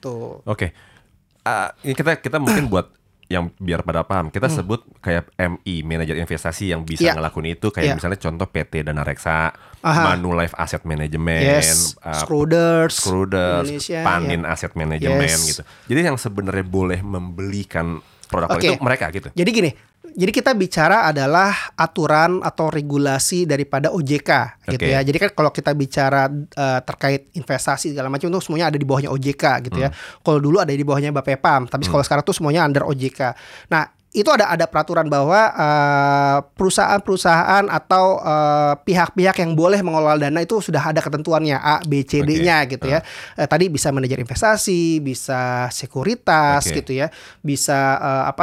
gitu. Oke. Ini kita mungkin buat yang biar pada paham, kita sebut kayak MI, manajer investasi yang bisa ngelakuin itu, kayak misalnya contoh PT Dana Reksa, Manulife Asset Management, Scruders, Panin Asset Management gitu. Jadi yang sebenarnya boleh membelikan produk itu mereka gitu. Jadi gini, jadi kita bicara adalah aturan atau regulasi daripada OJK gitu ya. Jadi kan kalau kita bicara terkait investasi segala macam itu semuanya ada di bawahnya OJK gitu ya. Kalau dulu ada di bawahnya Bapepam, tapi kalau sekarang tuh semuanya under OJK. Nah, itu ada peraturan bahwa perusahaan-perusahaan atau pihak-pihak yang boleh mengelola dana itu sudah ada ketentuannya A, B, C, D-nya gitu ya. Tadi bisa manajer investasi, bisa sekuritas gitu ya, bisa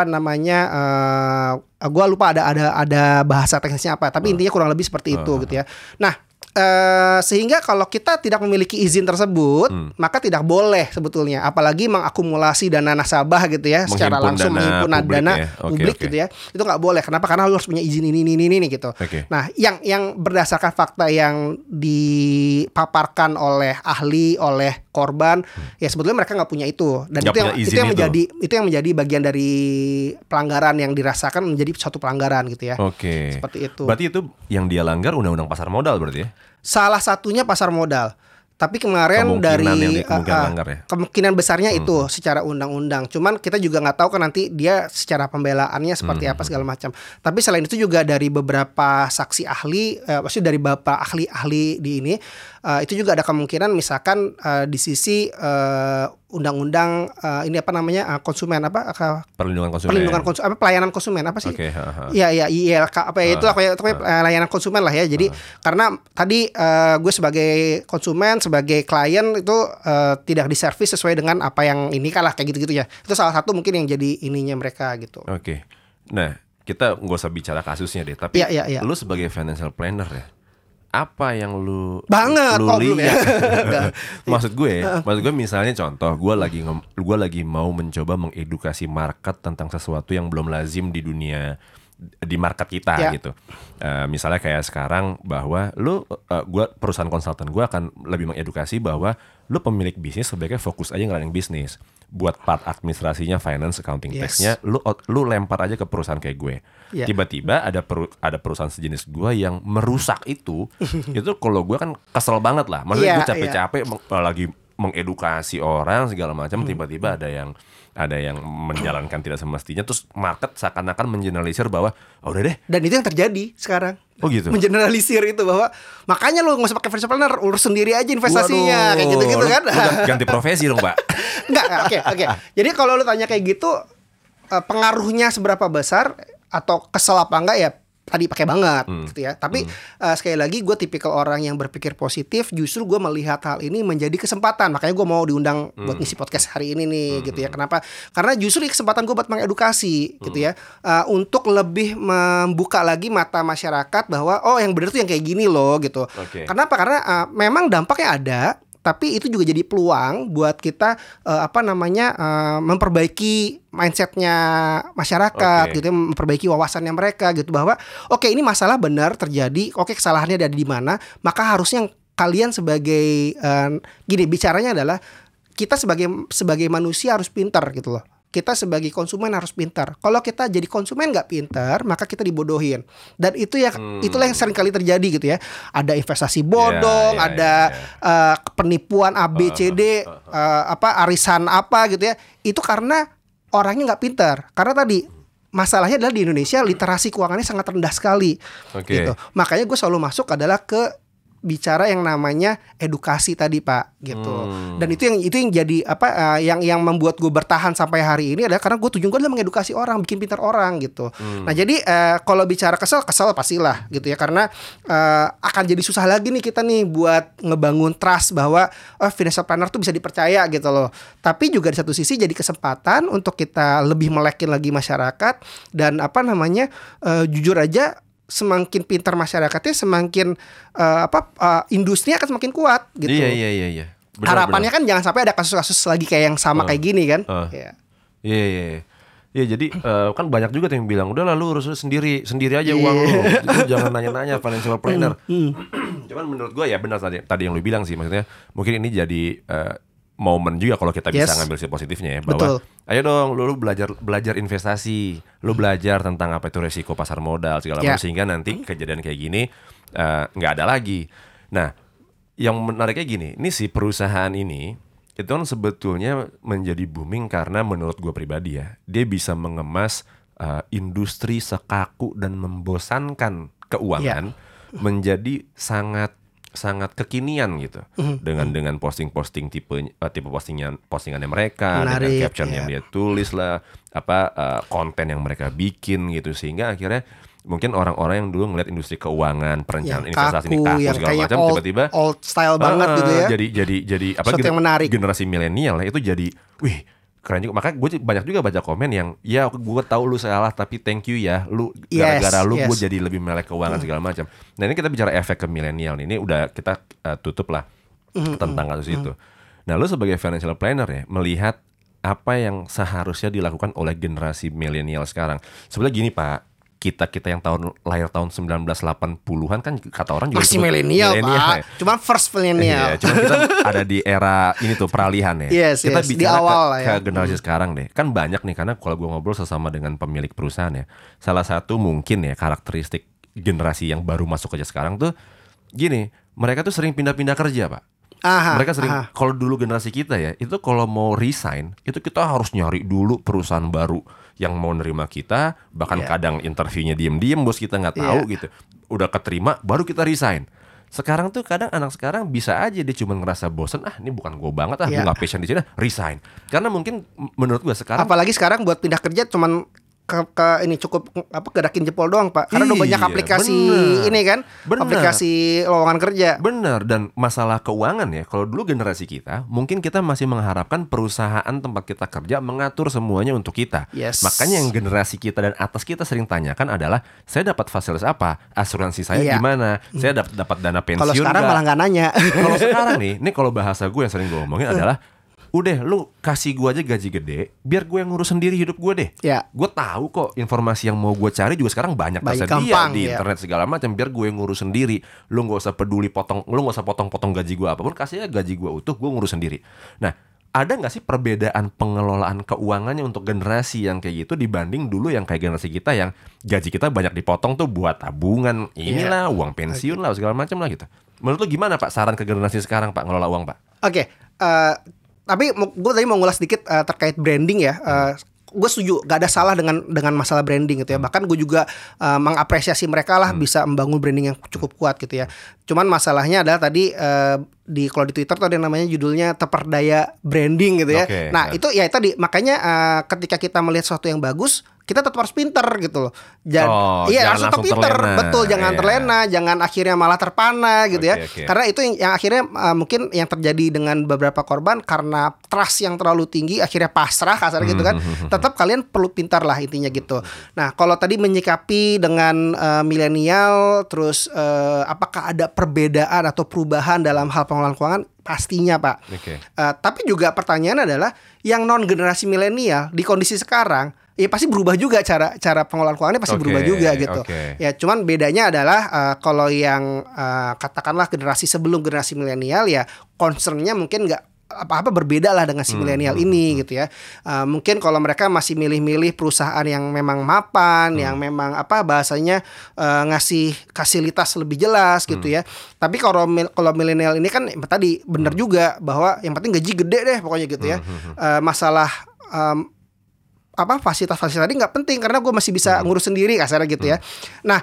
gue lupa ada bahasa teknisnya apa, tapi intinya kurang lebih seperti itu gitu ya. Nah, sehingga kalau kita tidak memiliki izin tersebut, maka tidak boleh sebetulnya, apalagi mengakumulasi dana nasabah gitu ya, secara langsung menghimpun dana publik gitu ya, itu nggak boleh. Kenapa? Karena lu harus punya izin ini gitu. Nah, yang berdasarkan fakta yang dipaparkan oleh ahli, oleh korban, ya sebetulnya mereka nggak punya itu, dan itu yang menjadi bagian dari pelanggaran yang dirasakan menjadi suatu pelanggaran gitu ya. Seperti itu. Berarti itu yang dia langgar undang-undang pasar modal berarti ya? Salah satunya pasar modal. Tapi kemarin kemungkinan besarnya itu secara undang-undang. Cuman kita juga nggak tahu kan nanti dia secara pembelaannya seperti apa segala macam. Tapi selain itu juga dari beberapa saksi ahli, maksudnya dari beberapa ahli di ini, itu juga ada kemungkinan misalkan di sisi undang-undang ini apa namanya konsumen perlindungan konsumen pelayanan konsumen apa sih? Ya ILK apa ya itu layanan konsumen lah ya. Jadi karena tadi gue sebagai konsumen, sebagai klien itu tidak diservis sesuai dengan apa yang ini kalah kayak gitu-gitu ya. Itu salah satu mungkin yang jadi ininya mereka gitu. Nah, kita nggak usah bicara kasusnya deh, tapi lu sebagai financial planner ya, apa yang lu lihat? Maksud gue misalnya contoh, gue lagi mau mencoba mengedukasi market tentang sesuatu yang belum lazim di dunia, di market kita gitu. Misalnya kayak sekarang bahwa perusahaan konsultan gue akan lebih mengedukasi bahwa lu pemilik bisnis sebaiknya fokus aja ngelanin bisnis. Buat part administrasinya, finance, accounting, tax-nya, lu lempar aja ke perusahaan kayak gue. Tiba-tiba ada perusahaan sejenis gue yang merusak itu kalau gue kan kesel banget lah. Maksudnya gue capek-capek lagi mengedukasi orang segala macam, tiba-tiba ada yang menjalankan tidak semestinya, terus market seakan-akan mengeneralisir bahwa udah deh. Dan itu yang terjadi sekarang. Gitu. Mengeneralisir itu bahwa makanya lu nggak usah pakai financial planner, urus sendiri aja investasinya. Kayak gitu-gitu kan. Ganti profesi dong, Pak. Enggak, oke. Jadi kalau lu tanya kayak gitu, pengaruhnya seberapa besar atau kesel apa enggak ya tadi pakai banget gitu ya. Tapi sekali lagi gue tipikal orang yang berpikir positif. Justru gue melihat hal ini menjadi kesempatan. Makanya gue mau diundang buat ngisi podcast hari ini nih gitu ya. Kenapa? Karena justru ini kesempatan gue buat mengedukasi gitu ya, untuk lebih membuka lagi mata masyarakat bahwa yang benar tuh yang kayak gini loh gitu. Kenapa? Karena memang dampaknya ada, tapi itu juga jadi peluang buat kita memperbaiki mindsetnya masyarakat gitu ya, memperbaiki wawasannya mereka gitu, bahwa ini masalah benar terjadi, kesalahannya ada di mana, maka harusnya kalian sebagai bicaranya adalah kita sebagai manusia harus pintar gitu loh. Kita sebagai konsumen harus pintar. Kalau kita jadi konsumen nggak pintar, maka kita dibodohin. Dan itulah yang sering kali terjadi gitu ya. Ada investasi bodong, ada penipuan ABCD, arisan apa gitu ya. Itu karena orangnya nggak pintar. Karena tadi masalahnya adalah di Indonesia literasi keuangannya sangat rendah sekali. Gitu. Makanya gue selalu masuk adalah ke bicara yang namanya edukasi tadi Pak gitu. Dan itu yang jadi yang membuat gue bertahan sampai hari ini adalah karena gue tujuan gue adalah mengedukasi orang, bikin pintar orang gitu. Nah jadi kalau bicara kesel pastilah gitu ya, karena akan jadi susah lagi nih kita nih buat ngebangun trust bahwa financial planner tuh bisa dipercaya gitu loh. Tapi juga di satu sisi jadi kesempatan untuk kita lebih melekin lagi masyarakat, dan jujur aja semakin pintar masyarakatnya, semakin industri akan semakin kuat gitu. Iya. Harapannya kan jangan sampai ada kasus-kasus lagi kayak yang sama kayak gini kan. Iya. Jadi kan banyak juga yang bilang udah lalu urus sendiri aja uang lu, jangan nanya-nanya financial planner. Cuman menurut gue ya benar tadi yang lu bilang sih, maksudnya mungkin ini jadi momen juga kalau kita bisa ngambil sisi positifnya ya, bahwa ayo dong lu belajar investasi, lu belajar tentang apa itu resiko pasar modal segala macam, sehingga nanti kejadian kayak gini nggak ada lagi. Nah, yang menariknya gini, ini si perusahaan ini itu kan sebetulnya menjadi booming karena menurut gue pribadi ya, dia bisa mengemas industri sekaku dan membosankan keuangan menjadi sangat kekinian gitu, dengan posting-posting tipe postingannya mereka, dengan caption yang dia tulis lah, konten yang mereka bikin gitu, sehingga akhirnya mungkin orang-orang yang dulu ngeliat industri keuangan, perencanaan investasi ini kaku segala macam, tiba-tiba old style banget gitu ya. Jadi yang menarik. Generasi milenial itu jadi, wih keren juga. Makanya gue banyak juga baca komen yang, ya gue tahu lu salah tapi thank you ya, lu gara-gara lu gue jadi lebih melek keuangan segala macam. Nah ini kita bicara efek ke milenial, ini udah kita tutup lah tentang kasus itu. Nah lu sebagai financial planner ya, melihat apa yang seharusnya dilakukan oleh generasi milenial sekarang. Sebenarnya gini Pak, kita yang lahir tahun 1980-an kan kata orang juga masih milenial Pak. Ya. Cuma first milenial. Cuma kita ada di era ini tuh peralihan ya. Kita bicara di awal ke generasi sekarang deh. Kan banyak nih, karena kalau gue ngobrol sesama dengan pemilik perusahaan ya, salah satu mungkin ya karakteristik generasi yang baru masuk aja sekarang tuh gini, mereka tuh sering pindah-pindah kerja Pak. Mereka sering, kalau dulu generasi kita ya, itu kalau mau resign itu kita harus nyari dulu perusahaan baru yang mau nerima kita, bahkan kadang interviewnya diem-diem, bos kita nggak tahu gitu, udah keterima baru kita resign. Sekarang tuh kadang anak sekarang bisa aja dia cuma ngerasa bosen, ini bukan gue banget, gue nggak passion di sini, resign. Karena mungkin menurut gue sekarang, apalagi sekarang buat pindah kerja cuman ke ini cukup gerakin jempol doang Pak, karena udah banyak aplikasi ini kan, aplikasi lowongan kerja. Bener. Dan masalah keuangan ya, kalau dulu generasi kita mungkin kita masih mengharapkan perusahaan tempat kita kerja mengatur semuanya untuk kita. Makanya yang generasi kita dan atas kita sering tanyakan adalah, saya dapat fasilitas apa, asuransi saya gimana, saya dapat dana pensiun. Kalau sekarang malah nggak nanya. Kalau sekarang nih kalau bahasa gue yang sering gue omongin adalah, udah lu kasih gue aja gaji gede, biar gue yang ngurus sendiri hidup gue deh. Gue tahu kok informasi yang mau gue cari juga sekarang banyak tersedia di internet segala macam, biar gue yang ngurus sendiri. Lu nggak usah peduli lu nggak usah potong gaji gue apapun, kasih aja gaji gue utuh, gue ngurus sendiri. Nah, ada nggak sih perbedaan pengelolaan keuangannya untuk generasi yang kayak gitu dibanding dulu yang kayak generasi kita yang gaji kita banyak dipotong tuh buat tabungan inilah, uang pensiun lah segala macam lah gitu. Menurut lu gimana Pak saran ke generasi sekarang Pak ngelola uang Pak? Tapi gue tadi mau ngulas sedikit terkait branding ya. Gue setuju, gak ada salah dengan masalah branding gitu ya. Bahkan gue juga mengapresiasi mereka lah bisa membangun branding yang cukup kuat gitu ya. Cuman masalahnya adalah tadi kalau di Twitter tuh ada yang namanya judulnya terperdaya branding gitu ya. Nah itu ya tadi makanya ketika kita melihat sesuatu yang bagus, kita tetap harus pinter gitu loh. Harus tetap pinter, betul. Jangan terlena, jangan akhirnya malah terpana gitu ya. Karena itu yang akhirnya mungkin yang terjadi dengan beberapa korban karena trust yang terlalu tinggi, akhirnya pasrah kasar gitu kan. Tetap kalian perlu pintar lah intinya gitu. Nah kalau tadi menyikapi dengan milenial, terus apakah ada perbedaan atau perubahan dalam hal pengelolaan keuangan? Pastinya Pak. Tapi juga pertanyaan adalah yang non generasi milenial di kondisi sekarang, ya pasti berubah juga cara pengelolaan keuangannya pasti berubah juga gitu. Ya cuman bedanya adalah kalau yang katakanlah generasi sebelum generasi milenial ya concernnya mungkin nggak apa-apa berbeda lah dengan si milenial ini gitu ya. Mungkin kalau mereka masih milih-milih perusahaan yang memang mapan, yang memang bahasanya ngasih fasilitas lebih jelas gitu ya. Tapi kalau milenial ini kan tadi benar juga bahwa yang penting gaji gede deh pokoknya gitu ya. Masalah fasilitas-fasilitas tadi nggak penting karena gue masih bisa ngurus sendiri kasarnya gitu ya. Nah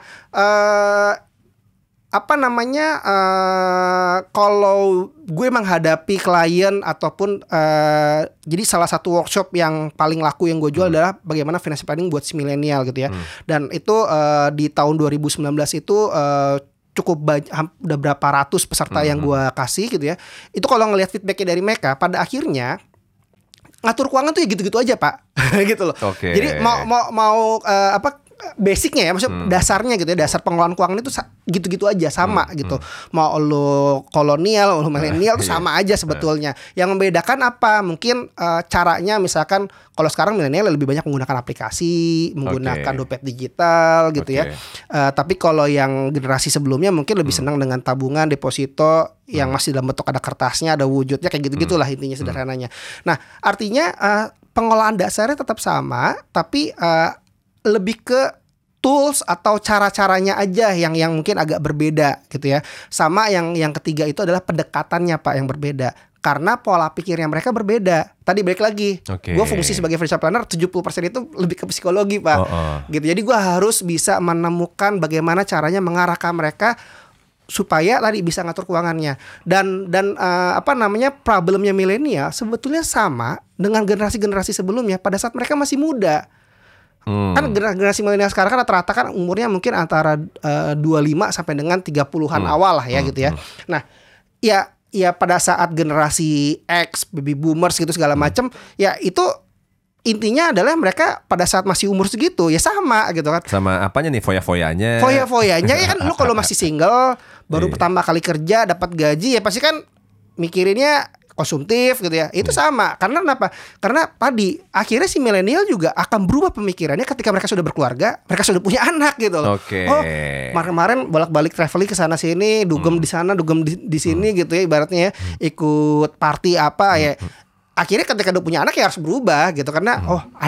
kalau gue menghadapi klien ataupun jadi salah satu workshop yang paling laku yang gue jual adalah bagaimana financial planning buat si milenial gitu ya. Dan itu di tahun 2019 itu cukup banyak, udah berapa ratus peserta yang gue kasih gitu ya. Itu kalau ngelihat feedbacknya dari mereka, pada akhirnya ngatur keuangan tuh ya gitu-gitu aja Pak. Gitu loh. Jadi mau basicnya ya, maksudnya dasarnya gitu ya, dasar pengelolaan keuangan itu gitu-gitu aja sama gitu. Mau lo kolonial, lo milenial itu sama aja sebetulnya. Yang membedakan apa? Mungkin caranya misalkan kalau sekarang milenial lebih banyak menggunakan aplikasi, menggunakan dompet digital gitu ya. Tapi kalau yang generasi sebelumnya mungkin lebih senang dengan tabungan, deposito yang masih dalam bentuk ada kertasnya, ada wujudnya kayak gitu-gitulah intinya sederhananya. Nah, artinya pengelolaan dasarnya tetap sama, tapi lebih ke tools atau cara-caranya aja yang mungkin agak berbeda gitu ya. Sama yang ketiga itu adalah pendekatannya Pak yang berbeda. Karena pola pikirnya mereka berbeda. Tadi balik lagi, gue fungsi sebagai financial planner 70% itu lebih ke psikologi Pak. Gitu. Jadi gue harus bisa menemukan bagaimana caranya mengarahkan mereka supaya tadi bisa ngatur keuangannya. Dan problemnya milenial sebetulnya sama dengan generasi-generasi sebelumnya pada saat mereka masih muda. Kan generasi milenial sekarang kan rata-rata kan umurnya mungkin antara 25 sampai dengan 30-an awal lah ya gitu ya. Nah, ya pada saat generasi X, baby boomers gitu segala macam, ya itu intinya adalah mereka pada saat masih umur segitu ya sama gitu kan. Sama apanya nih, foya-foyanya? Foya-foyanya ya kan lu kalau masih single, baru pertama kali kerja dapat gaji ya pasti kan mikirinnya konsumtif gitu ya. Itu sama. Karena kenapa? Karena tadi akhirnya si milenial juga akan berubah pemikirannya ketika mereka sudah berkeluarga, mereka sudah punya anak gitu loh. Oh, kemarin bolak-balik traveling ke sana sini, dugem di sana, dugem di sini gitu ya ibaratnya ya, ikut party apa ya. Akhirnya ketika udah punya anak ya harus berubah gitu karena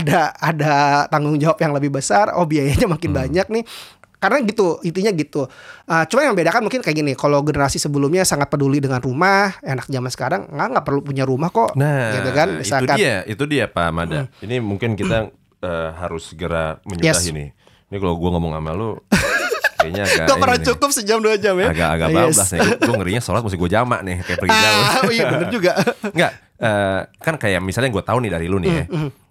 ada tanggung jawab yang lebih besar, biayanya makin banyak nih. Karena gitu, intinya gitu. Cuma yang membedakan mungkin kayak gini. Kalau generasi sebelumnya sangat peduli dengan rumah, anak zaman sekarang nggak perlu punya rumah kok. Nah, gitu kan. Misalkan, itu dia Pak Mada. Ini mungkin kita harus segera menyudahi nih. Ini kalau gue ngomong sama lu, kayaknya agak. Gak pernah cukup sejam 2 jam ya. Agak bablas nih. Gue ngerinya sholat mesti gue jamak nih, kayak pergi jauh. Iya bener juga. Enggak, kan kayak misalnya gue tahu nih dari lu nih ya.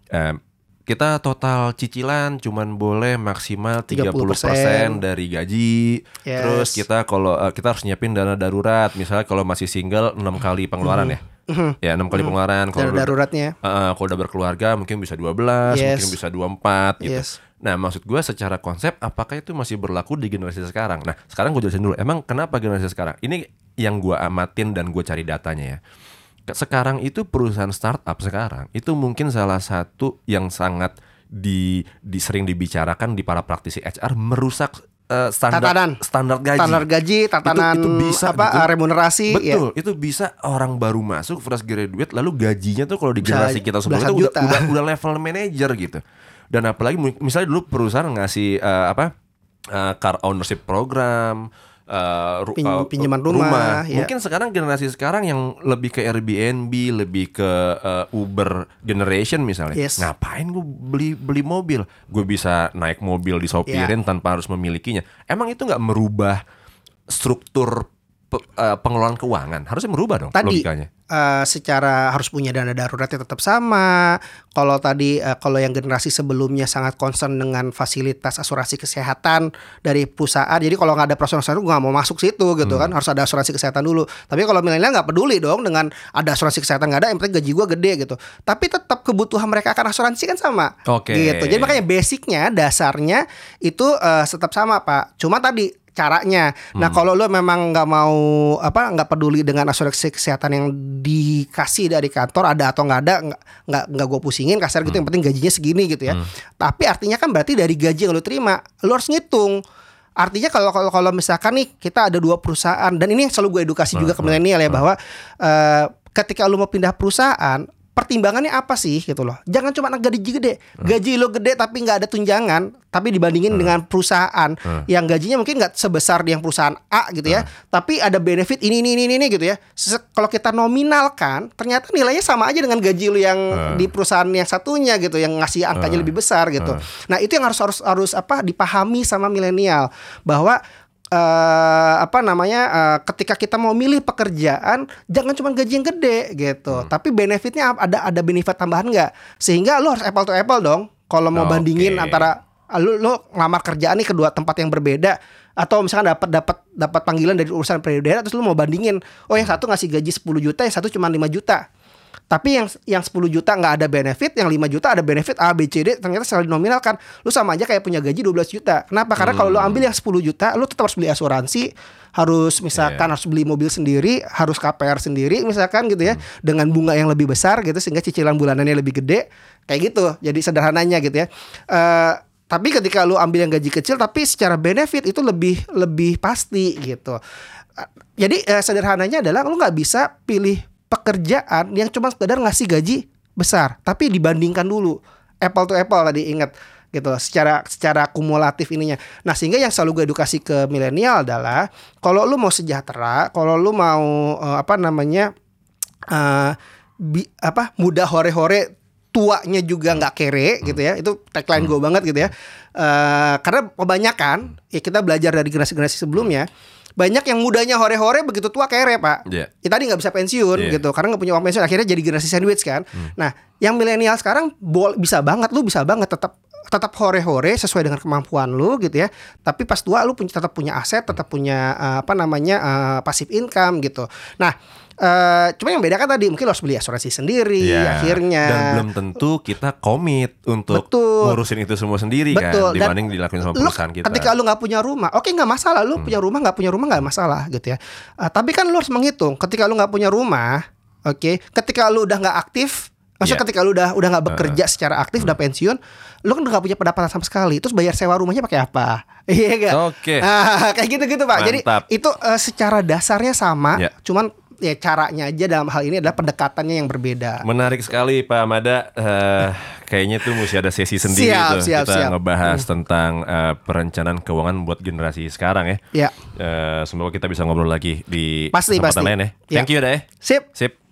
Kita total cicilan cuman boleh maksimal 30% dari gaji. Terus kita kalau kita harus nyiapin dana darurat. Misalnya kalau masih single 6 kali pengeluaran ya. Ya 6 kali pengeluaran. Kalau daruratnya. Kalau udah berkeluarga mungkin bisa 12, mungkin bisa 24 gitu. Nah maksud gue secara konsep apakah itu masih berlaku di generasi sekarang? Nah sekarang gue jelasin dulu. Emang kenapa generasi sekarang? Ini yang gue amatin dan gue cari datanya ya. Sekarang itu perusahaan startup sekarang itu mungkin salah satu yang sangat sering dibicarakan di para praktisi HR merusak standar gaji, tatanan itu bisa remunerasi. Betul, itu bisa orang baru masuk fresh graduate lalu gajinya tuh kalau di generasi kita sebelumnya itu udah level manager gitu. Dan apalagi misalnya dulu perusahaan ngasih car ownership program, pinjaman rumah ya. Mungkin sekarang generasi sekarang yang lebih ke Airbnb, lebih ke Uber generation misalnya. Ngapain gue beli mobil? Gue bisa naik mobil disopirin tanpa harus memilikinya. Emang itu nggak merubah struktur pengelolaan keuangan? Harusnya merubah dong logikanya. Secara harus punya dana daruratnya tetap sama. Kalau tadi kalau yang generasi sebelumnya sangat concern dengan fasilitas asuransi kesehatan dari perusahaan. Jadi kalau nggak ada asuransi gue nggak mau masuk situ gitu kan. Harus ada asuransi kesehatan dulu. Tapi kalau milenial nggak peduli dong dengan ada asuransi kesehatan nggak ada. Yang penting gaji gue gede gitu. Tapi tetap kebutuhan mereka akan asuransi kan sama. Gitu. Jadi makanya basicnya dasarnya itu tetap sama Pak. Cuma tadi caranya. Nah kalau lo memang nggak mau nggak peduli dengan asuransi kesehatan yang dikasih dari kantor ada atau nggak ada, nggak gue pusingin kasar gitu. Yang penting gajinya segini gitu ya. Tapi artinya kan berarti dari gaji yang lo terima lo harus ngitung. Artinya kalau misalkan nih kita ada 2 perusahaan dan ini yang selalu gue edukasi juga ke milenial ya bahwa ketika lo mau pindah perusahaan pertimbangannya apa sih gitu loh. Jangan cuma gaji gede. Gaji lo gede tapi nggak ada tunjangan. Tapi dibandingin dengan perusahaan yang gajinya mungkin nggak sebesar yang perusahaan A gitu ya. Tapi ada benefit ini gitu ya. Kalau kita nominalkan ternyata nilainya sama aja dengan gaji lo yang di perusahaan yang satunya gitu. Yang ngasih angkanya lebih besar gitu. Nah itu yang harus dipahami sama milenial. Bahwa ketika kita mau milih pekerjaan jangan cuma gaji yang gede gitu, tapi benefitnya ada benefit tambahan nggak, sehingga lo harus apple to apple dong kalau mau bandingin antara lo ngelamar kerjaan nih kedua tempat yang berbeda, atau misalkan dapat panggilan dari urusan payudara terus lo mau bandingin, yang satu ngasih gaji 10 juta yang satu cuma 5 juta. Tapi yang 10 juta nggak ada benefit, yang 5 juta ada benefit A, B, C, D, ternyata secara nominal kan lu sama aja kayak punya gaji 12 juta. Kenapa? Karena kalau lu ambil yang 10 juta, lu tetap harus beli asuransi, harus misalkan harus beli mobil sendiri, harus KPR sendiri misalkan gitu ya, dengan bunga yang lebih besar gitu sehingga cicilan bulanannya lebih gede. Kayak gitu. Jadi sederhananya gitu ya. Tapi ketika lu ambil yang gaji kecil tapi secara benefit itu lebih pasti gitu. Jadi sederhananya adalah lu nggak bisa pilih pekerjaan yang cuma sekedar ngasih gaji besar, tapi dibandingkan dulu apple to apple tadi, ingat gitu secara kumulatif ininya. Nah, sehingga yang selalu gue edukasi ke milenial adalah kalau lu mau sejahtera, kalau lu mau muda hore-hore, tuanya juga nggak kere gitu ya. Itu tagline gue banget gitu ya. Karena kebanyakan ya kita belajar dari generasi-generasi sebelumnya, banyak yang mudanya hore-hore begitu tua kere, Pak. Ya, tadi nggak bisa pensiun gitu karena nggak punya uang pensiun, akhirnya jadi generasi sandwich kan. Nah, yang milenial sekarang bisa banget tetap hore-hore sesuai dengan kemampuan lu gitu ya. Tapi pas tua lu tetap punya aset, tetap punya passive income gitu. Nah, cuma yang beda kan tadi mungkin lo harus beli asuransi sendiri akhirnya. Dan belum tentu kita komit untuk ngurusin itu semua sendiri kan, dibanding dilakuin sama perusahaan kita. Ketika lu nggak punya rumah, oke nggak masalah. Lu punya rumah nggak masalah gitu ya. Tapi kan lu harus menghitung ketika lu nggak punya rumah, ketika lu udah nggak aktif. Maksudnya ketika lu udah nggak bekerja secara aktif, udah pensiun, lu kan udah nggak punya pendapatan sama sekali. Terus bayar sewa rumahnya pakai apa? Iya gak? Kayak gitu-gitu, Pak. Mantap. Jadi itu secara dasarnya sama, cuman ya caranya aja dalam hal ini adalah pendekatannya yang berbeda. Menarik sekali Pak Mada. Kayaknya tuh mesti ada sesi sendiri kita ngebahas tentang perencanaan keuangan buat generasi sekarang ya. Semoga kita bisa ngobrol lagi di kesempatan lain ya. Thank you dah. Sip.